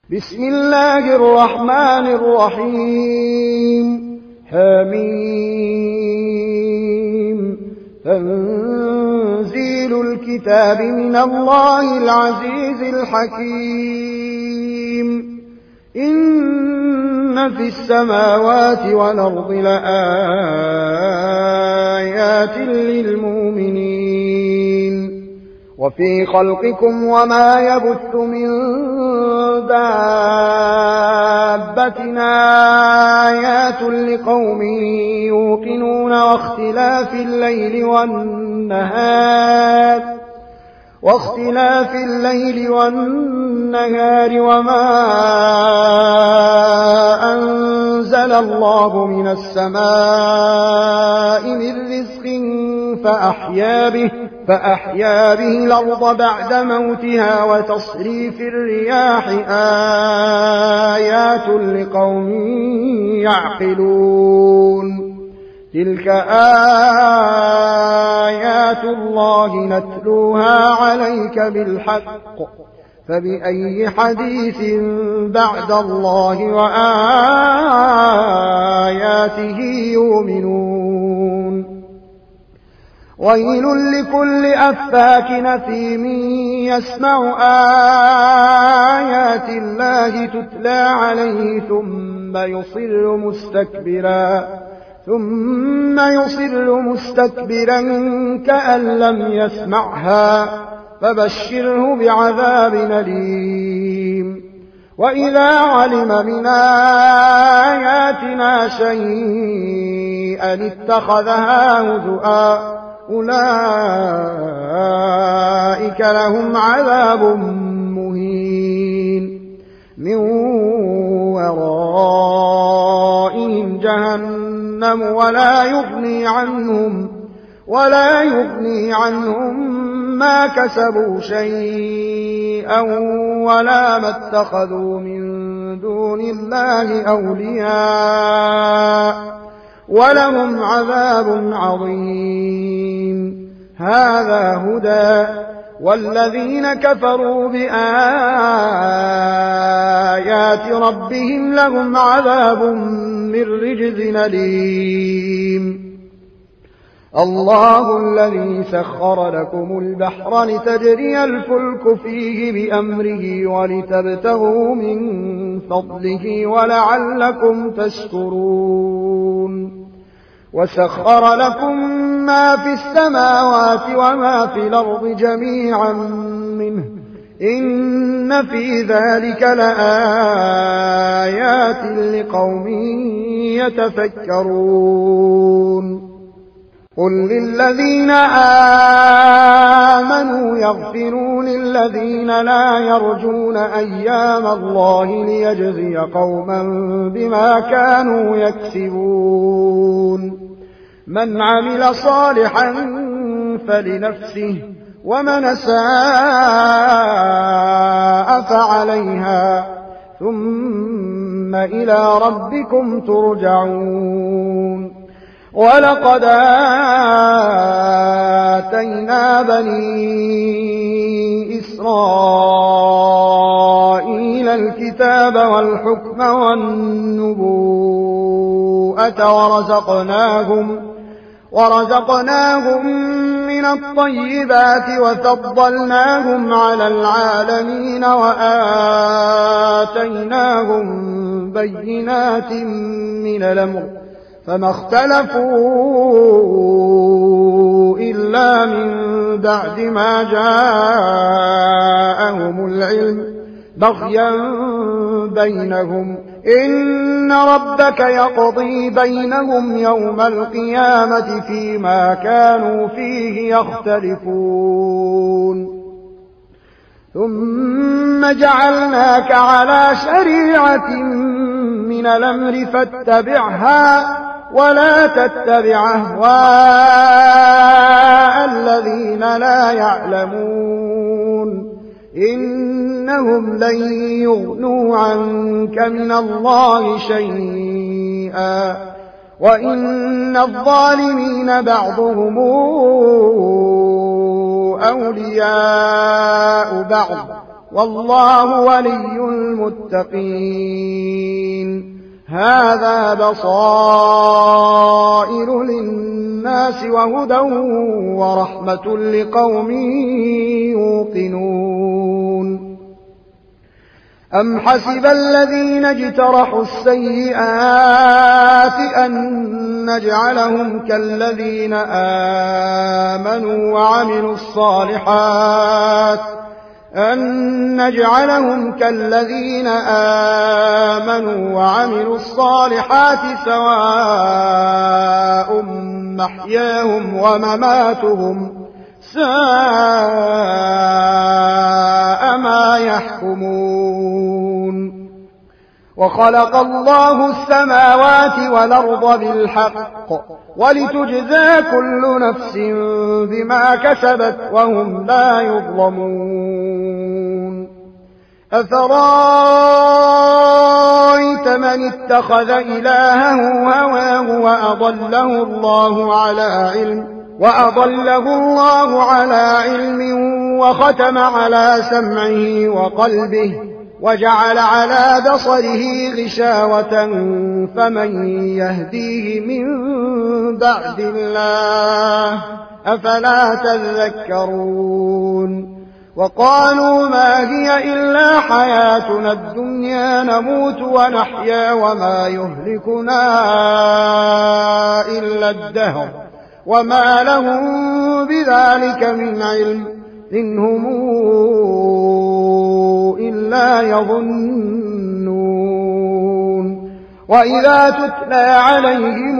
بسم الله الرحمن الرحيم حميم تنزيل الكتاب من الله العزيز الحكيم إن في السماوات والأرض لآيات للمؤمنين وفي خلقكم وما يبث من دابة آيات لقوم يوقنون واختلاف الليل والنهار وما أنزل الله من السماء من رزق فأحيا به الأرض بعد موتها وتصريف الرياح آيات لقوم يعقلون تلك آيات الله نتلوها عليك بالحق فبأي حديث بعد الله وآياته يؤمنون ويل لكل أفاك أثيم يسمع آيات الله تتلى عليه ثم يصر مستكبرا كأن لم يسمعها فبشره بعذاب أليم وإذا علم من آياتنا شيئا اتخذها هزؤا أولئك لهم عذاب مهين من ورائهم جهنم ولا يغني عنهم ما كسبوا شيئا ولا ما اتخذوا من دون الله أولياء ولهم عذاب عظيم هذا هدى والذين كفروا بآيات ربهم لهم عذاب من رجز أليم الله الذي سخر لكم البحر لتجري الفلك فيه بأمره ولتبتغوا من فضله ولعلكم تشكرون وسخر لكم ما في السماوات وما في الأرض جميعا منه إن في ذلك لآيات لقوم يتفكرون قل للذين آمنوا يغفروا للذين لا يرجون أيام الله ليجزي قوما بما كانوا يكسبون من عمل صالحا فلنفسه ومن أساء فعليها ثم إلى ربكم ترجعون ولقد آتينا بني إسرائيل الكتاب والحكم والنبوءة ورزقناهم من الطيبات وفضلناهم على العالمين وآتيناهم بينات من الأمر فما اختلفوا إلا من بعد ما جاءهم العلم بغيا بينهم إن ربك يقضي بينهم يوم القيامة فيما كانوا فيه يختلفون ثم جعلناك على شريعة من الأمر فاتبعها ولا تتبع أهواء الذين لا يعلمون إنهم لن يغنوا عنك من الله شيئا وإن الظالمين بعضهم أولياء بعض والله ولي المتقين. هذا بصائر للناس وهدى ورحمة لقوم يوقنون. أم حسب الذين اجترحوا السيئات أن نجعلهم كالذين آمنوا وعملوا الصالحات سواء محياهم ومماتهم ساء ما يحكمون. وخلق الله السماوات والأرض بالحق ولتجزى كل نفس بما كسبت وهم لا يظلمون. أفرأيت من اتخذ إلهه هواه وأضله الله على علم وختم على سمعه وقلبه وجعل على بصره غشاوة فمن يهديه من بعد الله أفلا تذكرون. وقالوا ما هي إلا حياتنا الدنيا نموت ونحيا وما يهلكنا إلا الدهر وما لهم بذلك من علم إن هم إلا يظنون. وإذا تتلى عليهم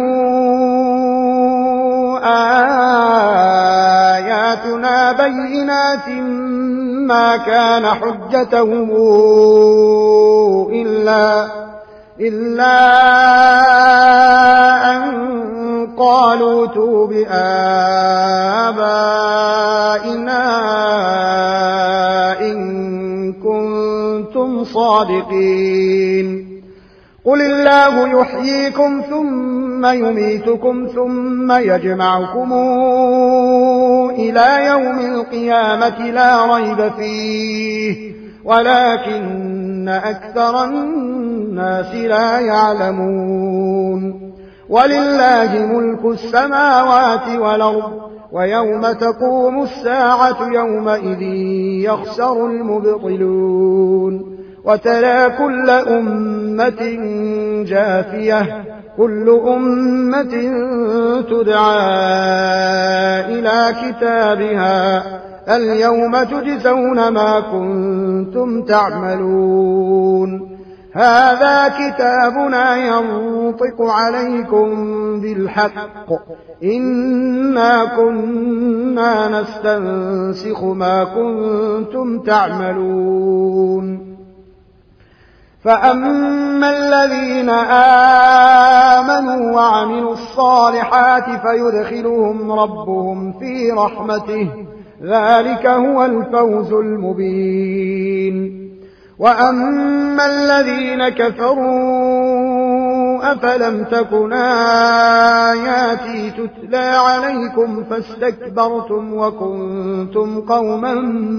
آياتنا بينات ما كان حجتهم إلا أن قالوا ائتوا بآبائنا إن كنتم صادقين. قل الله يحييكم ثم يميتكم ثم يجمعكم إلى يوم القيامة لا ريب فيه ولكن أكثر الناس لا يعلمون. ولله ملك السماوات والأرض ويوم تقوم الساعة يومئذ يخسر المبطلون. وترى كل أمة جاثية كل أمة تدعى إلى كتابها اليوم تجزون ما كنتم تعملون. هذا كتابنا ينطق عليكم بالحق إنا كنا نستنسخ ما كنتم تعملون. فأما الذين آمنوا وعملوا الصالحات فيدخلهم ربهم في رحمته ذلك هو الفوز المبين. وأما الذين كفروا أفلم تكن آياتي تتلى عليكم فاستكبرتم وكنتم قوما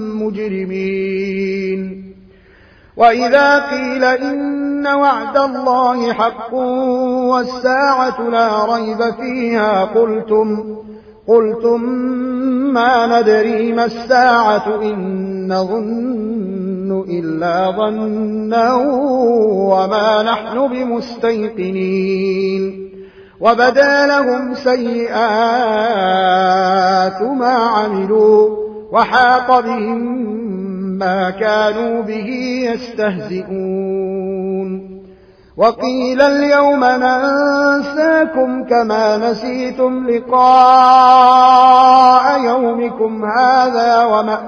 مجرمين. وإذا قيل إن وعد الله حق والساعة لا ريب فيها قلتم ما ندري ما الساعة إن نظن إلا ظنا وما نحن بمستيقنين. وبدا لهم سيئات ما عملوا وحاق بهم ما كانوا به يستهزئون. وقيل اليوم ننساكم كما نسيتم لقاء يومكم هذا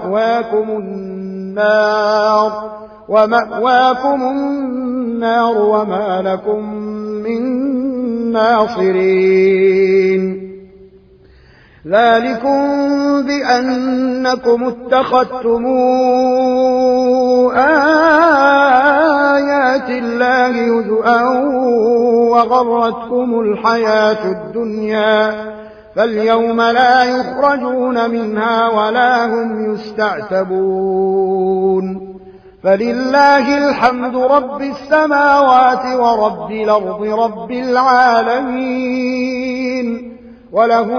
ومأواكم النار وما لكم من ناصرين. ذلكم بأنكم اتخذتم آيات الله هزؤا وغرتكم الحياة الدنيا فاليوم لا يخرجون منها ولا هم يستعتبون. فلله الحمد رب السماوات ورب الأرض رب العالمين وله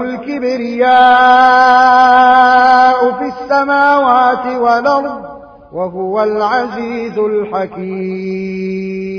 الكبرياء في السماوات والأرض وهو العزيز الحكيم